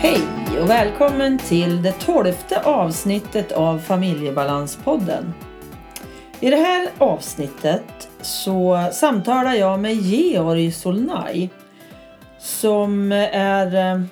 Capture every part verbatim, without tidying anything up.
Hej och välkommen till det tolfte avsnittet av Familjebalanspodden. I det här avsnittet så samtalar jag med Georg Solnay som är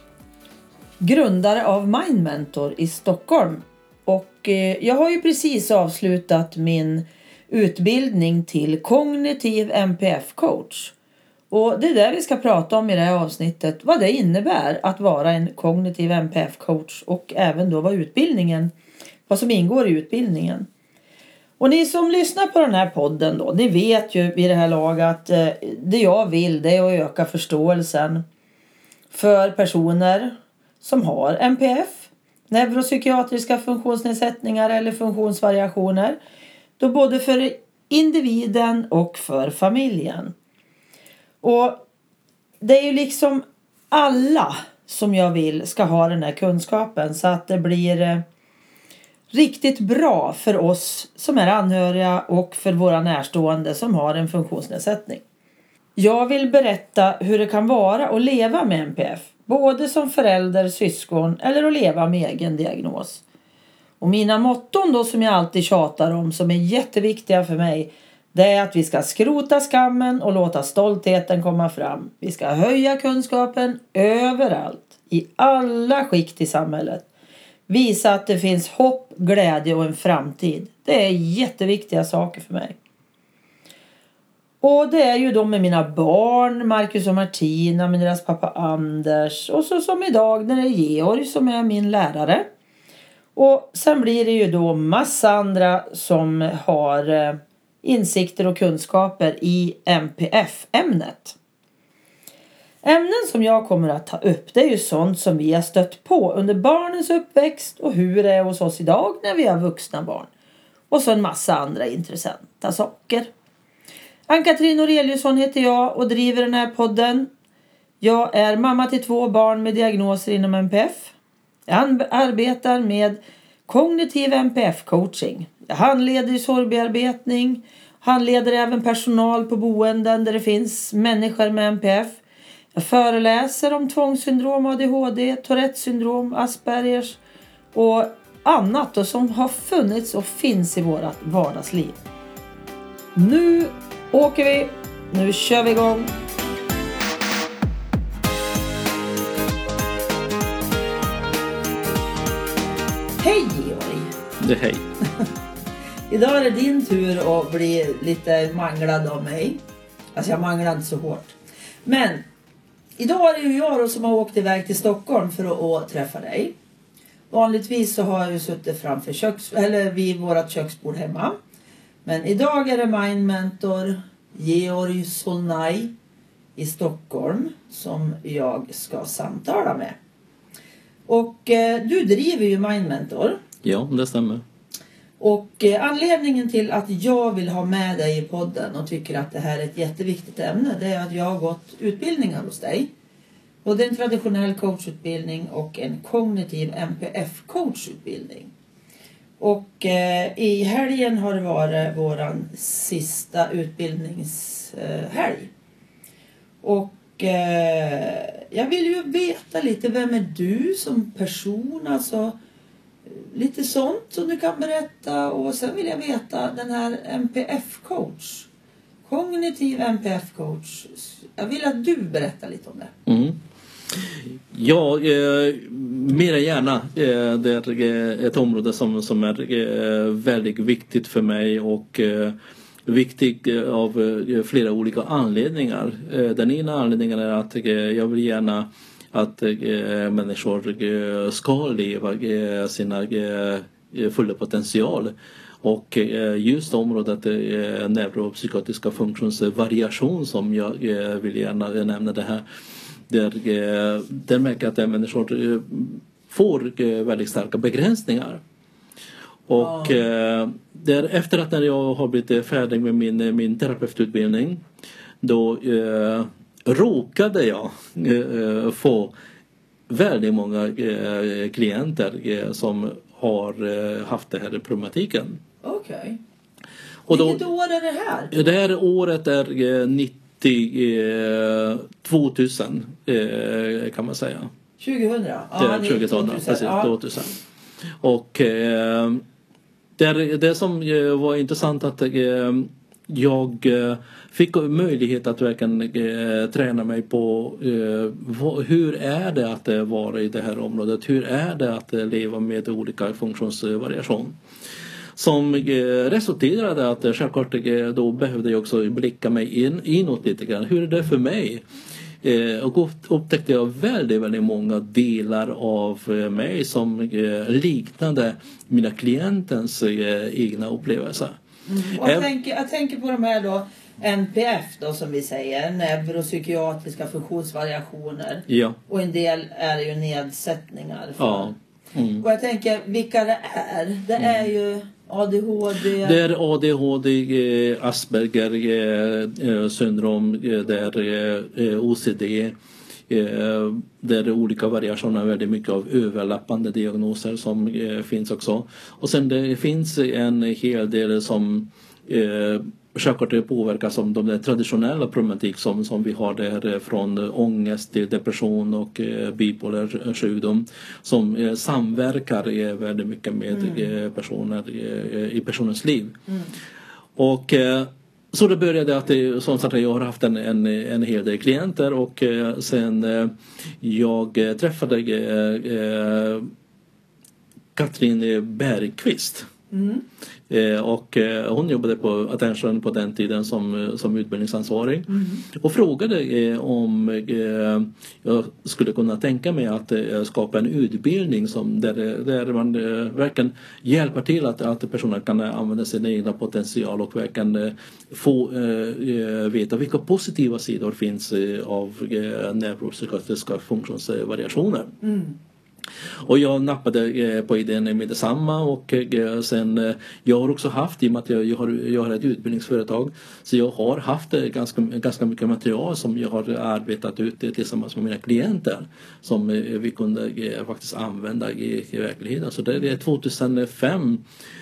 grundare av Mindmentor i Stockholm. Och jag har ju precis avslutat min utbildning till kognitiv M P F-coach. Och det är det vi ska prata om i det här avsnittet. Vad det innebär att vara en kognitiv M P F-coach och även då vad utbildningen, vad som ingår i utbildningen. Och ni som lyssnar på den här podden då, ni vet ju vid det här laget att eh, det jag vill det är att öka förståelsen för personer som har M P F, neuropsykiatriska funktionsnedsättningar eller funktionsvariationer. Då både för individen och för familjen. Och det är ju liksom alla som jag vill ska ha den här kunskapen så att det blir eh, riktigt bra för oss som är anhöriga och för våra närstående som har en funktionsnedsättning. Jag vill berätta hur det kan vara att leva med M P F, både som förälder, syskon eller att leva med egen diagnos. Och mina motton då som jag alltid tjatar om som är jätteviktiga för mig, det är att vi ska skrota skammen och låta stoltheten komma fram. Vi ska höja kunskapen överallt, i alla skikt i samhället. Visa att det finns hopp, glädje och en framtid. Det är jätteviktiga saker för mig. Och det är ju då med mina barn, Marcus och Martina, med deras pappa Anders. Och så som idag när det är Georg som är min lärare. Och sen blir det ju då massa andra som har insikter och kunskaper i M P F-ämnet. Ämnen som jag kommer att ta upp, det är ju sånt som vi har stött på under barnens uppväxt och hur det är hos oss idag när vi har vuxna barn. Och så en massa andra intressanta saker. Ann-Katrin Aureliusson heter jag och driver den här podden. Jag är mamma till två barn med diagnoser inom M P F. Jag arbetar med kognitiv M P F-coaching. Jag handleder i sorgbearbetning. Handleder även personal på boenden där det finns människor med M P F. Jag föreläser om tvångssyndrom, A D H D, Tourettes syndrom, Aspergers och annat då som har funnits och finns i vårt vardagsliv. Nu åker vi. Nu kör vi igång. Hej Georg. Det hej. Idag är det din tur att bli lite manglad av mig. Alltså jag manglar inte så hårt. Men idag är det ju jag då som har åkt iväg till Stockholm för att, att träffa dig. Vanligtvis så har jag ju suttit framför köks, eller vid vårat köksbord hemma. Men idag är det Mindmentor Georg Solnay i Stockholm som jag ska samtala med. Och eh, du driver ju Mindmentor. Ja, det stämmer. Och eh, anledningen till att jag vill ha med dig i podden och tycker att det här är ett jätteviktigt ämne, det är att jag har gått utbildningar hos dig. Både en traditionell coachutbildning och en kognitiv M P F-coachutbildning. Och eh, i helgen har det varit våran sista utbildningshelg. Och eh, jag vill ju veta lite, vem är du som person, alltså lite sånt som du kan berätta. Och sen vill jag veta den här M P F-coach, kognitiv M P F-coach. Jag vill att du berättar lite om det. Mm. Ja, eh, mer än gärna. Eh, det är ett område som, som är eh, väldigt viktigt för mig och eh, viktigt av eh, flera olika anledningar. Eh, den ena anledningen är att eh, jag vill gärna att eh, människor eh, ska leva eh, sina eh, fulla potential. Och eh, just området eh, neuropsykiatriska funktionsvariation som jag eh, vill gärna nämna det här. Där, eh, där märker att människor eh, får eh, väldigt starka begränsningar. Och eh, där, efter att när jag har blivit färdig med min, min terapeututbildning, då eh, råkade jag eh, få väldigt många eh, klienter eh, som har eh, haft det här problematiken. Okej. Okay. Vilket år är det här? Det här året är eh, nittio, eh, tvåtusen eh, kan man säga. tjugohundra? Ja, det, tjugohundra, precis, ja. tvåtusen. Och eh, det, det som var intressant att eh, jag fick möjlighet att verkligen eh, träna mig på eh, vad, hur är det att vara i det här området, hur är det att leva med olika funktionsvariation. Som eh, resulterade att eh, självklart eh, då behövde jag också blicka mig in, inåt lite grann. Hur är det för mig? Eh, och upptäckte jag väldigt, väldigt många delar av eh, mig som eh, liknade mina klientens eh, egna upplevelser. Mm. Och jag, tänker, jag tänker på de här då N P F då som vi säger, neuropsykiatriska funktionsvariationer. Ja. Och en del är ju nedsättningar. För. Ja. Mm. Och jag tänker vilka det är. Det är mm. ju A D H D. Det är A D H D, eh, Asperger eh, syndrom, eh, det är eh, O C D. Eh, det är olika variationer, väldigt mycket av överlappande diagnoser som eh, finns också. Och sen det finns en hel del som eh, självklart det påverkas som de traditionella problematik som, som vi har där från ångest till depression och eh, bipolär sjukdom som eh, samverkar eh, väldigt mycket med mm. eh, personer eh, i personens liv. Mm. Och eh, så det började att det, som sagt, jag har haft en, en, en hel del klienter och eh, sen eh, jag träffade eh, eh, Katrin Bergqvist. Mm. Eh, och eh, hon jobbade på Attention på den tiden som, som utbildningsansvarig mm. och frågade eh, om eh, jag skulle kunna tänka mig att eh, skapa en utbildning som där, där man eh, verkligen hjälper till att, att personer kan använda sin egna potential och verkligen eh, få eh, veta vilka positiva sidor finns eh, av eh, neuropsykiatriska funktionsvariationer. Mm. Och jag nappade på idén med detsamma och sen jag har också haft, i och med att jag har, jag har ett utbildningsföretag, så jag har haft ganska, ganska mycket material som jag har arbetat ut tillsammans med mina klienter som vi kunde faktiskt använda i, i verkligheten. Så det är tjugohundrafem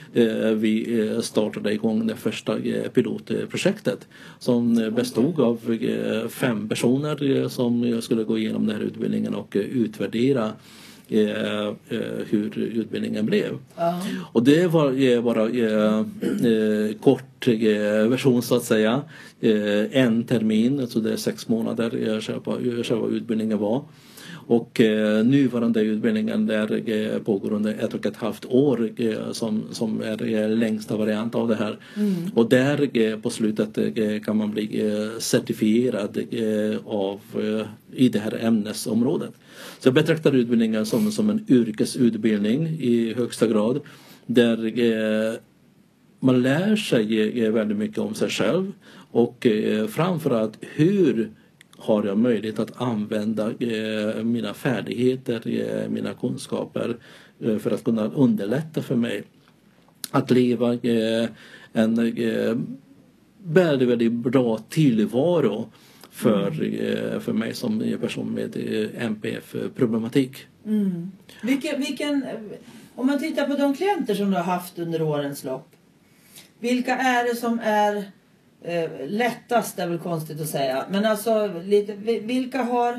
vi startade igång det första pilotprojektet som bestod av fem personer som skulle gå igenom den här utbildningen och utvärdera Eh, hur utbildningen blev. Uh. Och det var eh, bara eh, eh, kort eh, version så att säga. Eh, en termin, alltså det är sex månader eh, själva, själva utbildningen var. Och eh, nuvarande utbildningen där eh, pågår under ett och ett halvt år eh, som, som är eh, längsta variant av det här. Mm. Och där eh, på slutet eh, kan man bli eh, certifierad eh, av, eh, i det här ämnesområdet. Så jag betraktar utbildningen som, som en yrkesutbildning i högsta grad. Där eh, man lär sig eh, väldigt mycket om sig själv. Och eh, framförallt hur har jag möjlighet att använda eh, mina färdigheter, eh, mina kunskaper eh, för att kunna underlätta för mig att leva eh, en eh, väldigt, väldigt bra tillvaro för, mm. eh, för mig som person med eh, M P F-problematik. Mm. Vilken, vilken, om man tittar på de klienter som du har haft under årens lopp, vilka är det som är Eh, lättast är väl konstigt att säga, men alltså lite, vilka har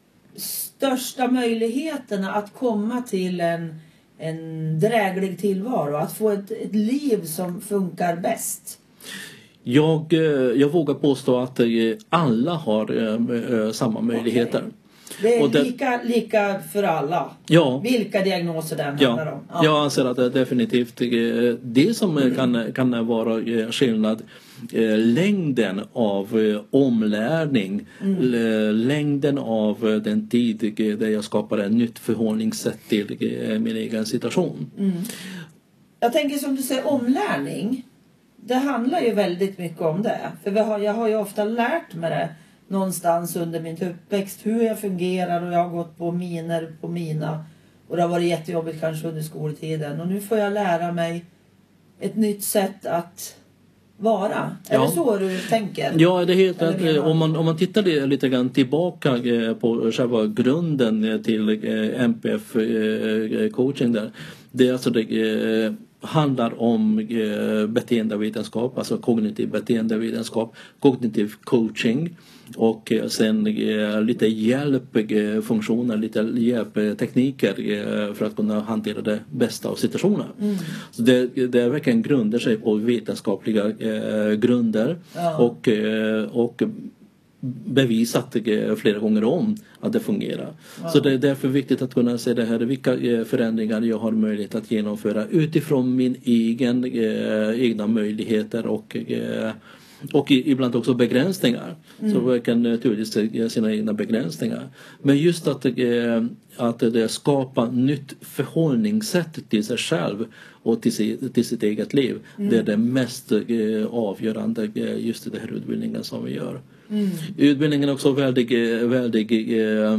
största möjligheterna att komma till en, en dräglig tillvaro, att få ett, ett liv som funkar bäst? Jag, jag vågar påstå att alla har äh, samma möjligheter. Okay. Det är det, lika, lika för alla. Ja. Vilka diagnoser den ja. handlar om. Ja. Jag anser att det definitivt det som mm. kan, kan vara skillnad, längden av omlärning, mm. längden av den tid där jag skapar ett nytt förhållningssätt till min egen situation. Mm. Jag tänker som du säger, omlärning, det handlar ju väldigt mycket om det. För vi har, jag har ju ofta lärt mig det någonstans under min uppväxt, hur jag fungerar, och jag har gått på miner på mina, och det har varit jättejobbigt kanske under skoltiden, och nu får jag lära mig ett nytt sätt att vara. Är ja. det så du tänker? Ja, det är helt rätt. Om man, om man tittar lite grann tillbaka på själva grunden till M P F-coaching där, det är alltså det, handlar om eh, beteendevetenskap, alltså kognitiv beteendevetenskap, kognitiv coaching och eh, sen eh, lite hjälpfunktioner, lite hjälptekniker eh, för att kunna hantera det bästa av situationen. Mm. Så det, det verkligen grundar sig på vetenskapliga eh, grunder ja. och, eh, och bevisat flera gånger om att det fungerar. Wow. Så det är därför viktigt att kunna se det här, vilka förändringar jag har möjlighet att genomföra utifrån min egen eh, egna möjligheter och eh, och ibland också begränsningar. Mm. Så man kan naturligtvis sina egna begränsningar. Men just att, eh, att det skapar nytt förhållningssätt till sig själv och till, sig, till sitt eget liv. Mm. Det är det mest eh, avgörande eh, just i den här utbildningen som vi gör. Mm. Utbildningen är också väldigt, väldigt eh,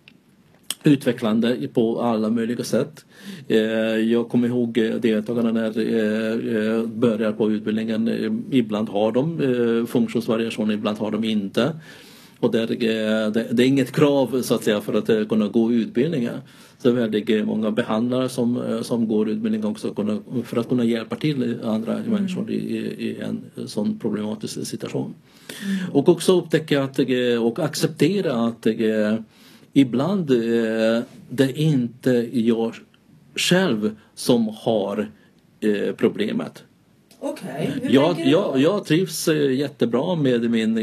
utvecklande på alla möjliga sätt. Eh, jag kommer ihåg deltagarna när eh, börjar på utbildningen. Ibland har de eh, funktionsvariationer, ibland har de inte. Och där, eh, det, det är inget krav så att säga för att eh, kunna gå utbildningar. Så det är väldigt många behandlare som, som går utbildning också kunna, för att kunna hjälpa till andra mm. människor i, i en sån problematisk situation. Mm. Och också upptäcka att, och acceptera att ibland det är inte jag själv som har problemet. Okay. Jag, jag, jag trivs jättebra med min,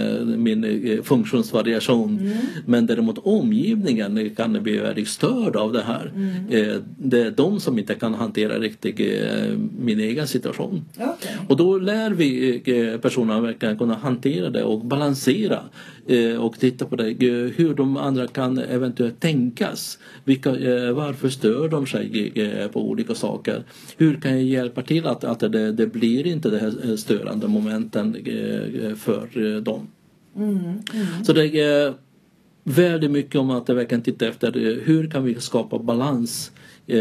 min funktionsvariation. Mm. Men däremot omgivningen kan bli väldigt störd av det här. Mm. Det är de som inte kan hantera riktigt min egen situation. Okay. Och då lär vi personerna verkligen kunna hantera det och balansera. Och titta på det, hur de andra kan eventuellt tänkas. Vilka, varför stör de sig på olika saker? Hur kan jag hjälpa till att, att det, det blir inte det här störande momenten för dem? Mm, mm. Så det är väldigt mycket om att verkligen titta efter hur kan vi skapa balans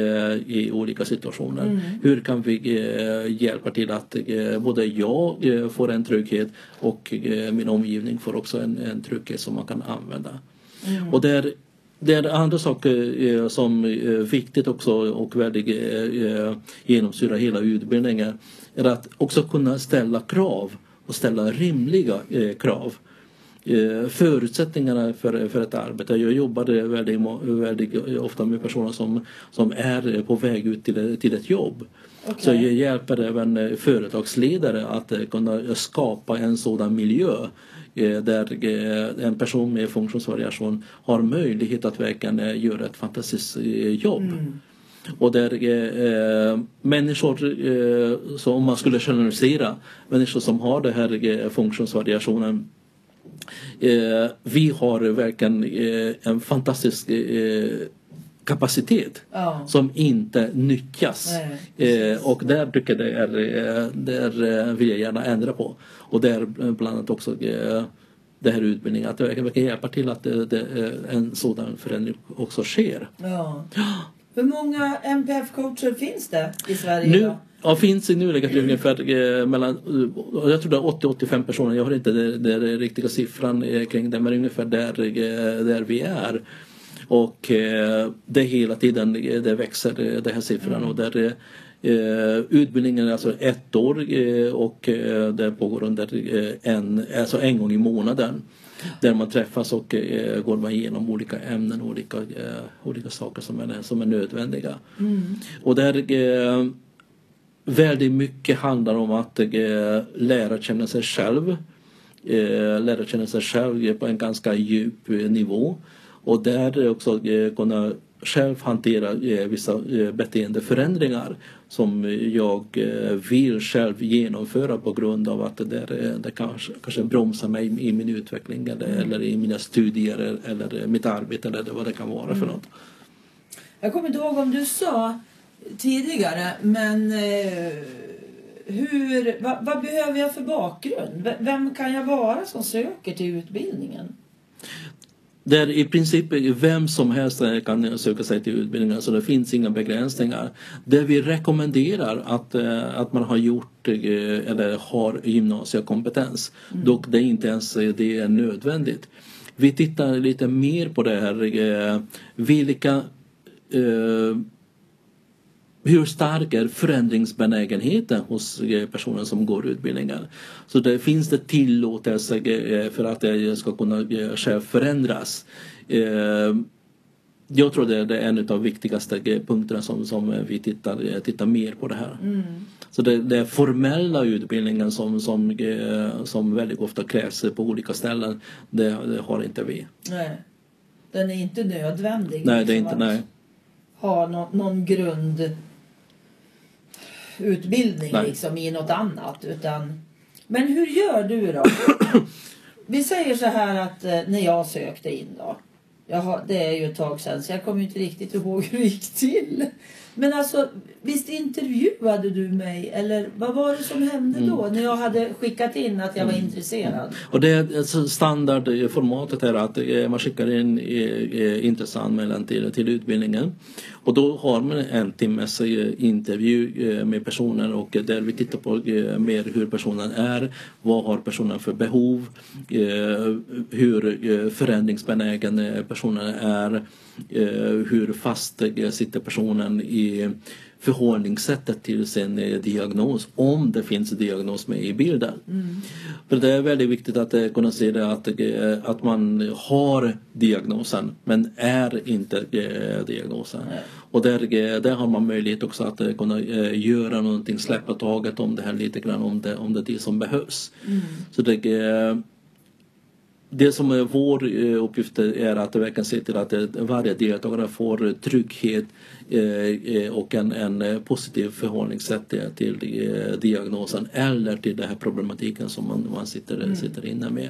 i olika situationer. Mm. Hur kan vi hjälpa till att både jag får en trygghet och min omgivning får också en, en trygghet som man kan använda. Mm. Och där det är andra saker som är viktigt också och väldigt genomsyra hela utbildningen är att också kunna ställa krav och ställa rimliga krav. Förutsättningarna för, för ett arbete. Jag jobbade väldigt, väldigt ofta med personer som, som är på väg ut till, till ett jobb. Okay. Så jag hjälper även företagsledare att kunna skapa en sådan miljö där en person med funktionsvariation har möjlighet att verkligen göra ett fantastiskt jobb. Mm. Och där eh, människor, eh, så om man skulle generalisera, människor som har det här eh, funktionsvariationen, eh, vi har verkligen eh, en fantastisk eh, kapacitet ja. Som inte nyttjas. Nej, eh, och där tycker jag det är, där vill jag gärna ändra på. Och där bland annat också eh, det här utbildningen, att jag kan hjälpa till att det, det, en sådan förändring också sker. Ja. Hur många M P F-coacher finns det i Sverige nu, idag? Ja, finns i nuläget ungefär eh, mellan, jag tror det är åttio till åttiofem personer, jag har inte den riktiga siffran eh, kring det, men ungefär där, eh, där vi är. Och eh, det hela tiden det växer det här siffran mm. och där eh, utbildningen är alltså ett år eh, och eh, det pågår under eh, en, alltså en gång i månaden. Där man träffas och eh, går man igenom olika ämnen, olika, eh, olika saker som är, som är nödvändiga. Mm. Och där eh, väldigt mycket handlar om att eh, lära känna sig själv. Eh, lära känna sig själv på en ganska djup nivå. Och där också eh, kunna själv hantera eh, vissa eh, beteendeförändringar som jag eh, vill själv genomföra på grund av att det, där, det kanske, kanske bromsar mig i min utveckling eller, mm. eller i mina studier eller, eller mitt arbete eller vad det kan vara mm. för något. Jag kommer inte ihåg om du sa tidigare, men eh, hur, vad, vad behöver jag för bakgrund? Vem kan jag vara som söker till utbildningen? Där i princip vem som helst kan söka sig till utbildningar, så det finns inga begränsningar. Det vi rekommenderar att, att man har gjort eller har gymnasiekompetens. Mm. Dock det är inte ens det är nödvändigt. Vi tittar lite mer på det här, vilka hur stark är förändringsbenägenheten hos personer som går utbildningen. Så det finns det tillåtelse för att det ska kunna själv förändras. Jag tror det är en av de viktigaste punkterna som, som vi tittar, tittar mer på det här. Mm. Så det, det är formella utbildningen som, som, som väldigt ofta krävs på olika ställen, det, det har inte vi. Nej, den är inte nödvändig. Nej, det är inte, nej. Ha no, någon grundutbildning nej. liksom i något annat. Utan... Men hur gör du då? Vi säger så här att eh, när jag sökte in då. Jag har, det är ju ett tag sedan så jag kommer inte riktigt ihåg hur det gick till. Men alltså, visst intervjuade du mig? Eller vad var det som hände då? Mm. När jag hade skickat in att jag var mm. intresserad. Och det är alltså standardformatet är att man skickar in intresseanmälan till, till utbildningen. Och då har man en timmes intervju med personen och där vi tittar på mer hur personen är. Vad har personen för behov? Hur förändringsbenägen personen är. Hur fast sitter personen i förhållningssättet till sin diagnos, om det finns diagnos med i bilden. Mm. För det är väldigt viktigt att kunna se det att, att man har diagnosen men är inte diagnosen. Nej. Och där, där har man möjlighet också att kunna göra någonting, släppa taget om det här lite grann, om det, om det är det som behövs. Mm. Så det Det som är vår uppgift är att verkligen se till att varje deltagare får trygghet och en, en positiv förhållningssätt till diagnosen eller till den här problematiken som man, man sitter, mm. sitter inne med.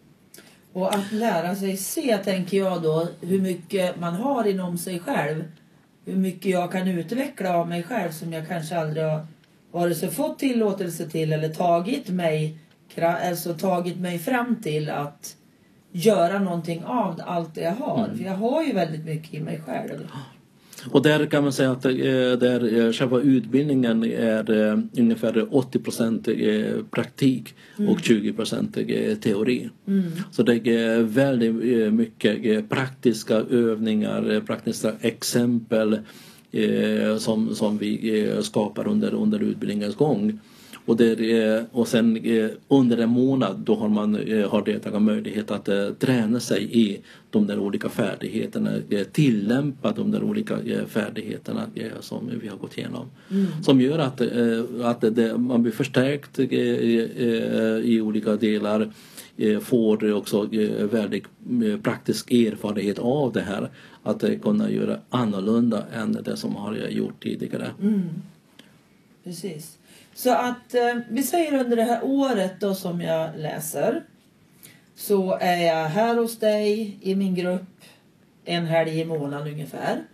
Och att lära sig se, tänker jag då, hur mycket man har inom sig själv. Hur mycket jag kan utveckla av mig själv som jag kanske aldrig har vare sig fått tillåtelse till eller tagit mig, alltså tagit mig fram till att göra någonting av allt det jag har. Mm. För jag har ju väldigt mycket i mig själv. Och där kan man säga att där själva utbildningen är ungefär åttio procent praktik mm. och tjugo procent teori. Mm. Så det är väldigt mycket praktiska övningar, praktiska exempel som, som vi skapar under, under utbildningens gång. Och, det, och sen under en månad då har man har deltagare möjlighet att uh, träna sig i de där olika färdigheterna, uh, tillämpa de där olika uh, färdigheterna uh, som vi har gått igenom. Mm. Som gör att, uh, att det, man blir förstärkt uh, uh, i olika delar, uh, får också uh, väldigt uh, praktisk erfarenhet av det här. Att uh, kunna göra annorlunda än det som har uh, gjort tidigare. Mm. Precis. Så att eh, vi säger under det här året då som jag läser så är jag här hos dig i min grupp en helg i månaden ungefär.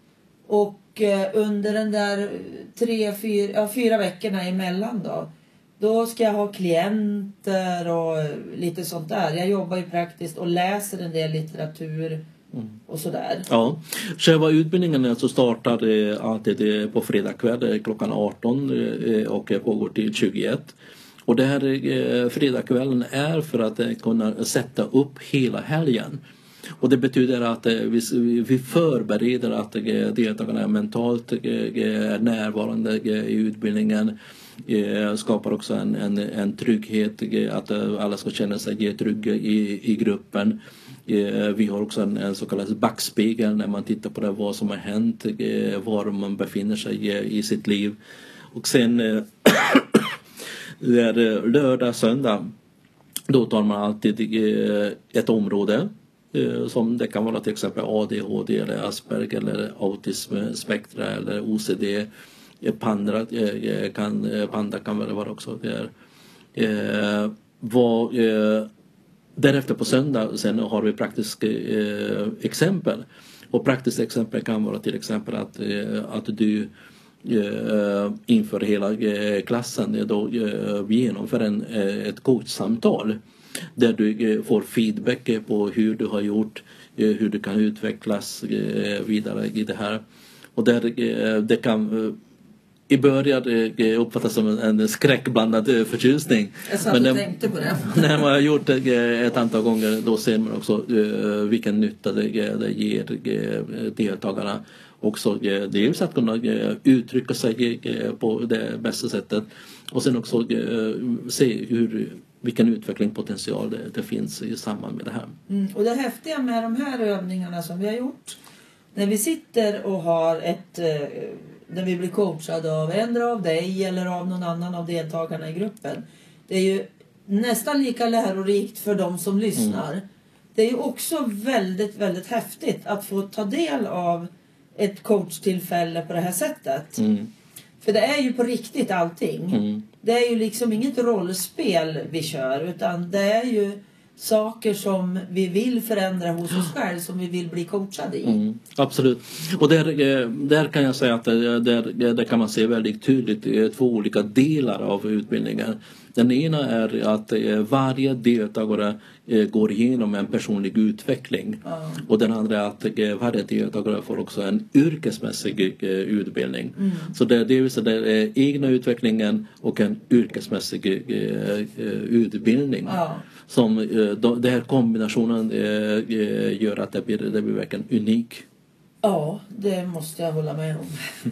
Och eh, under den där tre, fyra, ja, fyra veckorna emellan då, då ska jag ha klienter och lite sånt där. Jag jobbar ju praktiskt och läser en del litteratur. Mm. Och sådär. Ja, själva utbildningen alltså startar eh, alltid på fredag kväll klockan arton eh, och pågår till tjugoett. Och det här eh, fredagskvällen är för att eh, kunna sätta upp hela helgen. Och det betyder att eh, vi, vi förbereder att eh, deltagarna är mentalt eh, närvarande eh, i utbildningen. Eh, skapar också en, en, en trygghet, eh, att eh, alla ska känna sig trygga i, i gruppen. Vi har också en, en så kallad backspegel när man tittar på det, vad som har hänt, var man befinner sig i sitt liv. Och sen det är lördag, söndag, då tar man alltid ett område som det kan vara till exempel A D H D eller Asperger eller autismspektra eller O C D. Panda kan, panda kan väl vara också där. Vad Därefter på söndag sen har vi praktiska eh, exempel. Och praktiska exempel kan vara till exempel att, eh, att du eh, inför hela eh, klassen då eh, vi genomför en, eh, ett coachsamtal. Där du eh, får feedback på hur du har gjort, eh, hur du kan utvecklas eh, vidare i det här. Och där eh, det kan... Eh, I början uppfattas som en skräckblandad förtjusning. Jag satt och men tänkte på det. När man har gjort det ett antal gånger då ser man också vilken nytta det, det ger deltagarna. också eh, dels att kunna eh, uttrycka sig eh, på det bästa sättet och sen också eh, se hur, vilken utvecklingspotential det, det finns i samband med det här. Mm. Och det häftiga med de här övningarna som vi har gjort, när vi sitter och har ett, eh, när vi blir coachade av en av dig eller av någon annan av deltagarna i gruppen, det är ju nästan lika lärorikt för de som lyssnar. Mm. Det är ju också väldigt, väldigt häftigt att få ta del av ett coachtillfälle på det här sättet. Mm. För det är ju på riktigt allting. Mm. Det är ju liksom inget rollspel vi kör, utan det är ju saker som vi vill förändra hos oss själv, som vi vill bli coachade i. Mm, absolut. Och där, där kan jag säga att där, där kan man se väldigt tydligt två olika delar av utbildningen. Den ena är att varje deltagare går igenom en personlig utveckling. Mm. Och den andra är att varje deltagare får också en yrkesmässig utbildning. Mm. Så det, det är den egna utvecklingen och en yrkesmässig utbildning. Mm. Som den här kombinationen gör att det blir, det blir verkligen unik. Ja, det måste jag hålla med om.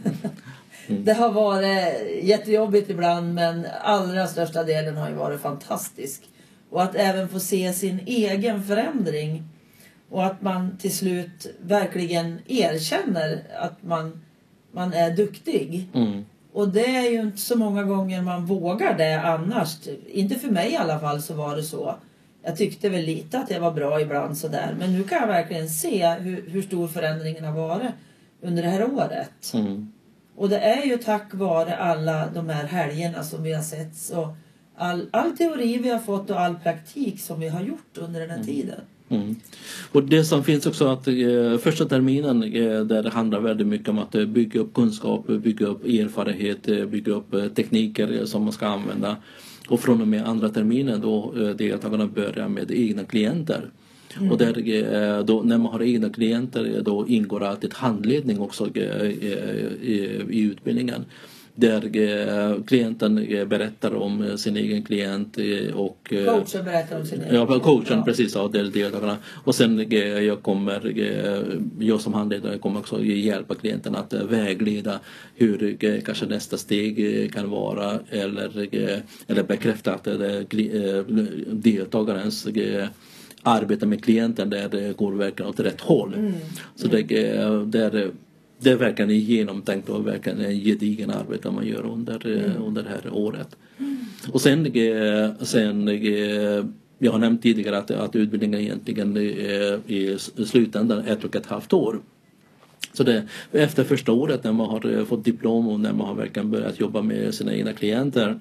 Mm. Det har varit jättejobbigt ibland, men allra största delen har ju varit fantastisk. Och att även få se sin egen förändring. Och att man till slut verkligen erkänner att man, man är duktig. Mm. Och det är ju inte så många gånger man vågar det annars. Inte för mig i alla fall så var det så. Jag tyckte väl lite att jag var bra ibland sådär. Men nu kan jag verkligen se hur, hur stor förändringen har varit under det här året. Mm. Och det är ju tack vare alla de här helgerna som vi har sett. Och all, all teori vi har fått och all praktik som vi har gjort under den här mm. tiden. Mm. Och det som finns också att eh, första terminen eh, där det handlar väldigt mycket om att eh, bygga upp kunskap, bygga upp erfarenhet, eh, bygga upp eh, tekniker eh, som man ska använda. Och från och med andra terminen då eh, deltagarna börjar med egna klienter. Mm. Och där, eh, då, när man har egna klienter då ingår alltid handledning också eh, i, i utbildningen. Där eh, klienten eh, berättar om sin egen klient eh, och eh, coachen berättar om sin egen. Ja, coachen, ja. Precis, ja, det är deltagarna. Och sen eh, jag kommer eh, jag som handledare kommer också hjälpa klienten att eh, vägleda hur eh, kanske nästa steg eh, kan vara eller eh, eller bekräfta att det eh, deltagarens eh, arbete med klienten där det går verkligen åt rätt håll. Mm. Så det eh, där Det är verkligen genomtänkt och verkligen en gedigen arbete man gör under, mm. under det här året. Mm. Och sen, sen jag har nämnt tidigare att, att utbildningen egentligen är i slutändan ett och ett halvt år. Så det, efter första året när man har fått diplom och när man har verkligen börjat jobba med sina egna klienter,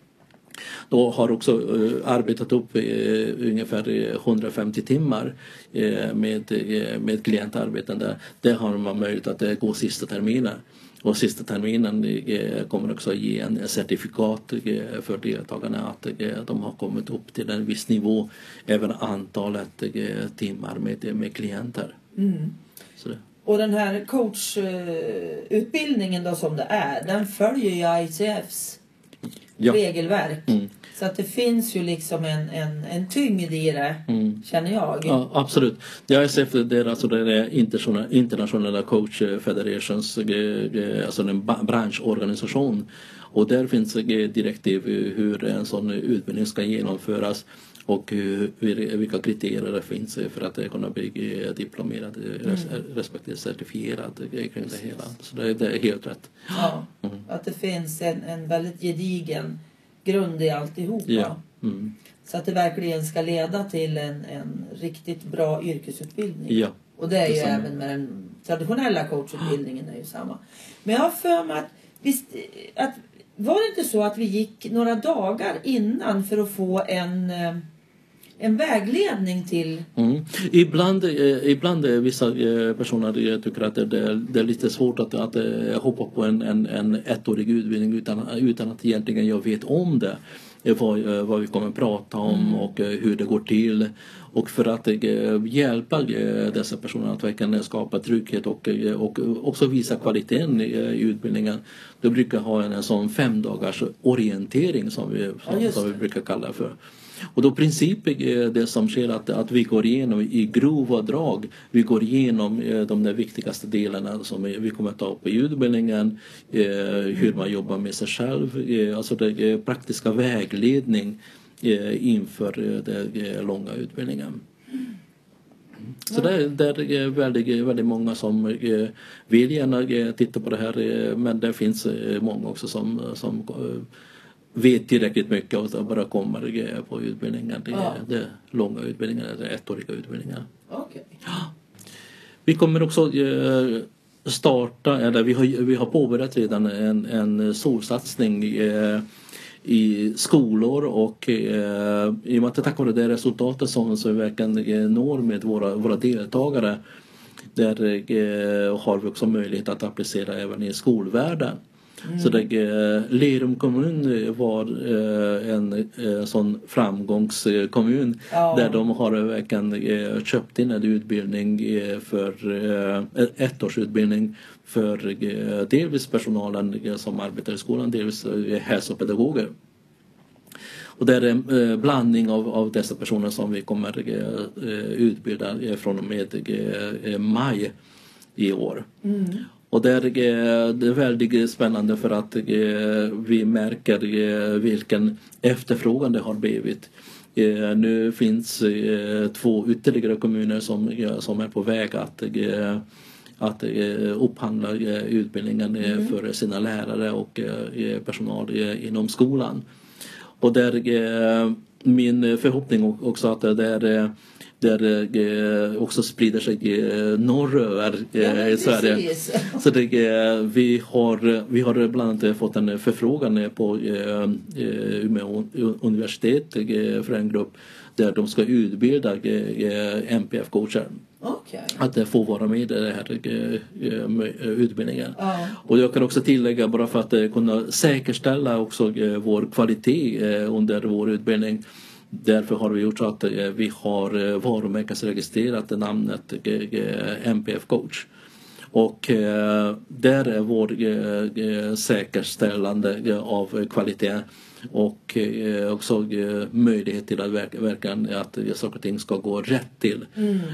då har också uh, arbetat upp uh, ungefär hundrafemtio timmar uh, med, uh, med klientarbeten där. Där har man möjlighet att uh, gå sista terminen. Och sista terminen uh, kommer också ge en certifikat uh, för deltagarna att uh, de har kommit upp till en viss nivå. Även antalet uh, timmar med, med klienter. Mm. Så det. Och den här coachutbildningen då som det är, den följer ju I C F:s ja. regelverk. Mm. Så att det finns ju liksom en, en, en tyngd i det, mm. känner jag. Ja, absolut. Det I C F, det är alltså det är internationella, internationella coach federations, alltså en branschorganisation. Och där finns direktiv hur en sån utbildning ska genomföras och hur, vilka kriterier det finns för att kunna bli diplomerad mm. respektive certifierad kring det hela. Så det, det är helt rätt. Ja, mm. att det finns en, en väldigt gedigen grund i alltihopa. Ja. Mm. Så att det verkligen ska leda till en, en riktigt bra yrkesutbildning. Ja. Och det är ju detsamma. Även med den traditionella coachutbildningen är ju samma. Men jag har för mig att, visst, att var det inte så att vi gick några dagar innan för att få en, en vägledning till... Mm. Ibland, eh, ibland är vissa eh, personer tycker att det, det är lite svårt att, att eh, hoppa på en, en, en ettårig utbildning utan, utan att egentligen jag vet om det. Vad, vad vi kommer att prata om mm. och hur det går till. Och för att eh, hjälpa eh, dessa personer att verkligen skapa trygghet och, och också visa kvaliteten i, i utbildningen. Då brukar ha en, en sån fem dagars orientering som vi, som, som vi brukar kalla för. Och då principen är det som sker att, att vi går igenom i grova drag. Vi går igenom de där viktigaste delarna som vi kommer att ta upp i utbildningen. Hur man jobbar med sig själv. Alltså det är praktiska vägledning inför den långa utbildningen. Så det, det är väldigt, väldigt många som vill gärna titta på det här, men det finns många också som, som vet tillräckligt mycket och bara kommer på utbildningen. Det, ja. det långa utbildningar, det ettåriga utbildningar. Okay. Ja. Vi kommer också starta, eller vi har, vi har påbörjat redan en, en solsatsning i skolor, och eh, i och med att tack vare det resultatet som, som vi verkligen når med våra, våra deltagare, där eh, har vi också möjlighet att applicera även i skolvärlden. Mm. Så det, eh, Lerum kommun var eh, en eh, sån framgångskommun ja. Där de har verkligen eh, köpt in en utbildning eh, för eh, ett års utbildning för eh, delvis personalen eh, som arbetar i skolan, delvis eh, hälsopedagoger. Och det är en eh, blandning av, av dessa personer som vi kommer eh, utbilda eh, från och med eh, maj i år. Mm. Och det är, det är väldigt spännande för att vi märker vilken efterfrågan det har blivit. Nu finns två ytterligare kommuner som, som är på väg att, att upphandla utbildningen mm. för sina lärare och personal inom skolan. Och där är min förhoppning också att det är där eh, också sprider sig eh, norröver eh, i Sverige. Så det, eh, vi, har, vi har bland annat fått en förfrågan på eh, Umeå universitet eh, för en grupp där de ska utbilda eh, M P F-coacher. Okay. Att få vara med i den här eh, utbildningen. Oh. Och jag kan också tillägga, bara för att eh, kunna säkerställa också eh, vår kvalitet eh, under vår utbildning. Därför har vi gjort så att vi har varumärkesregistrerat namnet M P F-coach. Och där är vår säkerställande av kvalitet och också möjlighet till att verka att saker och ting ska gå rätt till.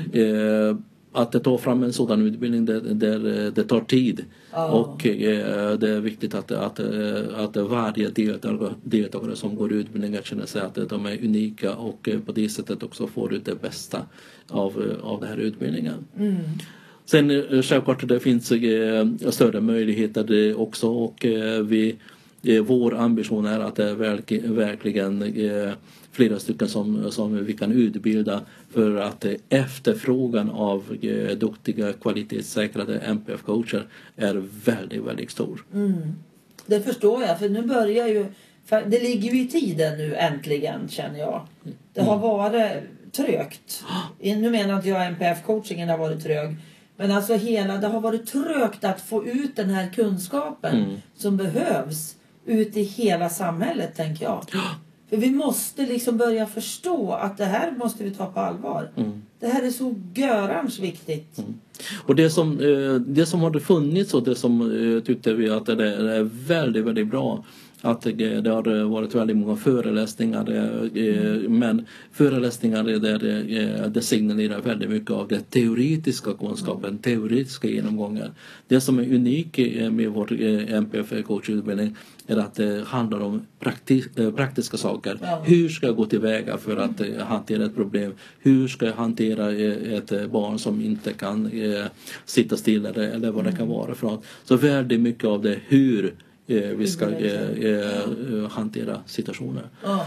Mm. Att det tar fram en sådan utbildning, det, det, det tar tid. Oh. Och eh, det är viktigt att, att, att varje deltagare, deltagare som går utbildningen känner sig att de är unika och på det sättet också får ut det bästa av, av den här utbildningen. Mm. Sen självklart det finns eh, större möjligheter också, och eh, vi, eh, vår ambition är att det är verk, verkligen eh, flera stycken som, som vi kan utbilda, för att efterfrågan av eh, duktiga kvalitetssäkrade M P F-coacher är väldigt, väldigt stor. Mm. Det förstår jag, för nu börjar ju, för det ligger ju i tiden nu äntligen, känner jag. Det har varit trögt. Nu menar inte jag M P F-coachingen har varit trög, men alltså hela, det har varit trögt att få ut den här kunskapen mm. som behövs ut i hela samhället, tänker jag. För vi måste liksom börja förstå att det här måste vi ta på allvar. Mm. Det här är så görans viktigt. Mm. Och det som, det som har funnits, och det som tyckte vi att det är väldigt, väldigt bra, att det har varit väldigt många föreläsningar, mm. men föreläsningar där det signalerar väldigt mycket av den teoretiska kunskapen, mm. teoretiska genomgången. Det som är unikt med vår M P F-coachutbildning är att det handlar om praktis- praktiska saker. Ja. Hur ska jag gå tillväga för att mm. hantera ett problem? Hur ska jag hantera ett barn som inte kan eh, sitta still, eller, eller vad mm. det kan vara för något. Så väldigt mycket av det hur eh, vi ska eh, eh, hantera situationer. Ja.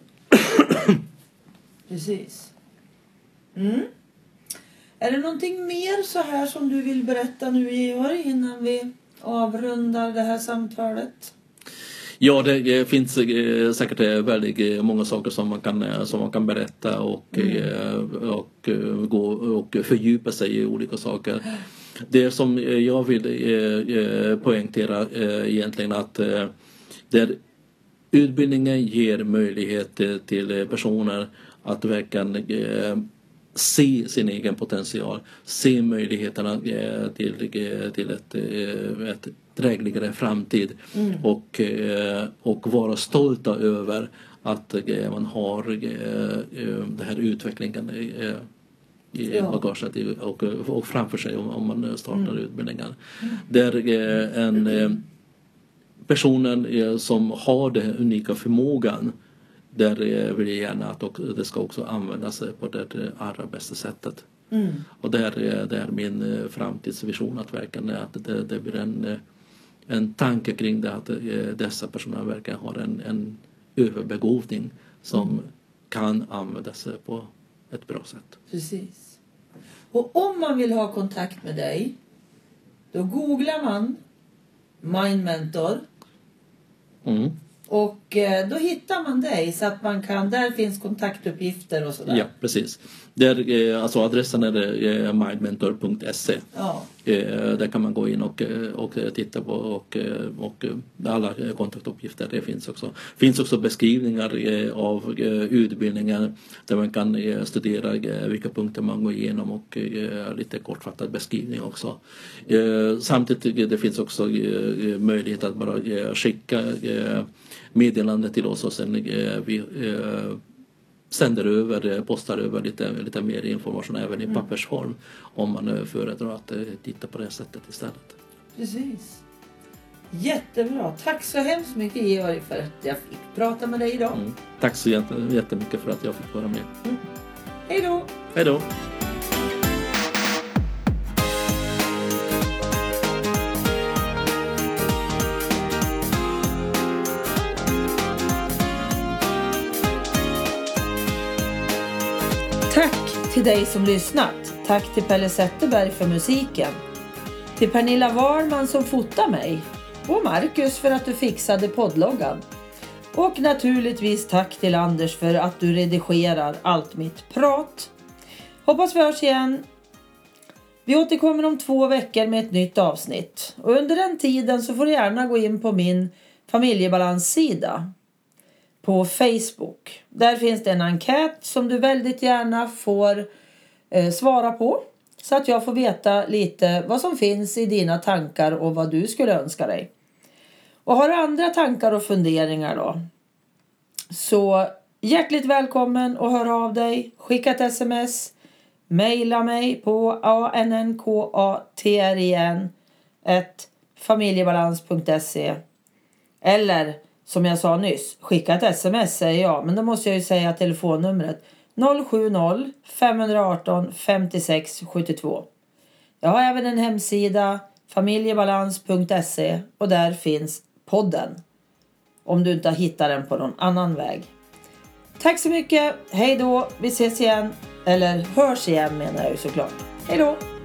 Precis. Mm. Är det någonting mer så här som du vill berätta nu, Georg, innan vi avrundar det här samtalet? Ja, det finns säkert väldigt många saker som man kan, som man kan berätta och, mm. och, gå och fördjupa sig i olika saker. Det som jag vill poängtera egentligen att där utbildningen ger möjlighet till personer att verkligen se sin egen potential, se möjligheterna till, till ett, ett drägligare framtid mm. och, och vara stolta över att eh, man har eh, den här utvecklingen eh, i ja. bagaget och, och framför sig om, om man startar mm. utbildningen. Mm. Där eh, en eh, personen eh, som har den unika förmågan, där eh, vill jag gärna att det ska också användas på det allra bästa sättet. Mm. Och där är, där är min eh, framtidsvision att verkligen att det, det blir en, eh, en tanke kring det, att eh, dessa personer verkligen har en, en överbegåvning som mm. kan användas på ett bra sätt. Precis. Och om man vill ha kontakt med dig, då googlar man Mind Mentor. Mm. Och eh, då hittar man dig så att man kan, där finns kontaktuppgifter och sådär. Ja, precis. Där, eh, alltså adressen är eh, mindmentor punkt se. Ja. Eh, där kan man gå in och, och titta på och, och alla kontaktuppgifter. Det finns också. finns också beskrivningar eh, av eh, utbildningen där man kan eh, studera eh, vilka punkter man går igenom och eh, lite kortfattad beskrivning också. Eh, samtidigt det finns också eh, möjlighet att bara eh, skicka eh, meddelande till oss och sen eh, vi eh, sänder över, postar över lite, lite mer information även i mm. pappersform om man föredrar att titta på det sättet istället. Precis. Jättebra. Tack så hemskt mycket Georg för att jag fick prata med dig idag. Mm. Tack så jättemycket för att jag fick vara med. Mm. Hej då! Hej då! Tack till dig som lyssnat. Tack till Pelle Zetterberg för musiken. Till Pernilla Warman som fotar mig. Och Marcus för att du fixade poddloggan. Och naturligtvis tack till Anders för att du redigerar allt mitt prat. Hoppas vi hörs igen. Vi återkommer om två veckor med ett nytt avsnitt. Och under den tiden så får du gärna gå in på min familjebalanssida på Facebook. Där finns det en enkät som du väldigt gärna får eh, svara på. Så att jag får veta lite vad som finns i dina tankar och vad du skulle önska dig. Och har du andra tankar och funderingar då? Så hjärtligt välkommen och hör av dig. Skicka ett sms. Maila mig på annkatrin at familjebalans punkt se. Eller som jag sa nyss, skicka ett sms säger jag. Men då måste jag ju säga telefonnumret noll sju noll fem ett åtta fem sex sju två. Jag har även en hemsida familjebalans punkt se och där finns podden. Om du inte har hittat den på någon annan väg. Tack så mycket. Hej då. Vi ses igen. Eller hörs igen menar jag ju såklart. Hej då.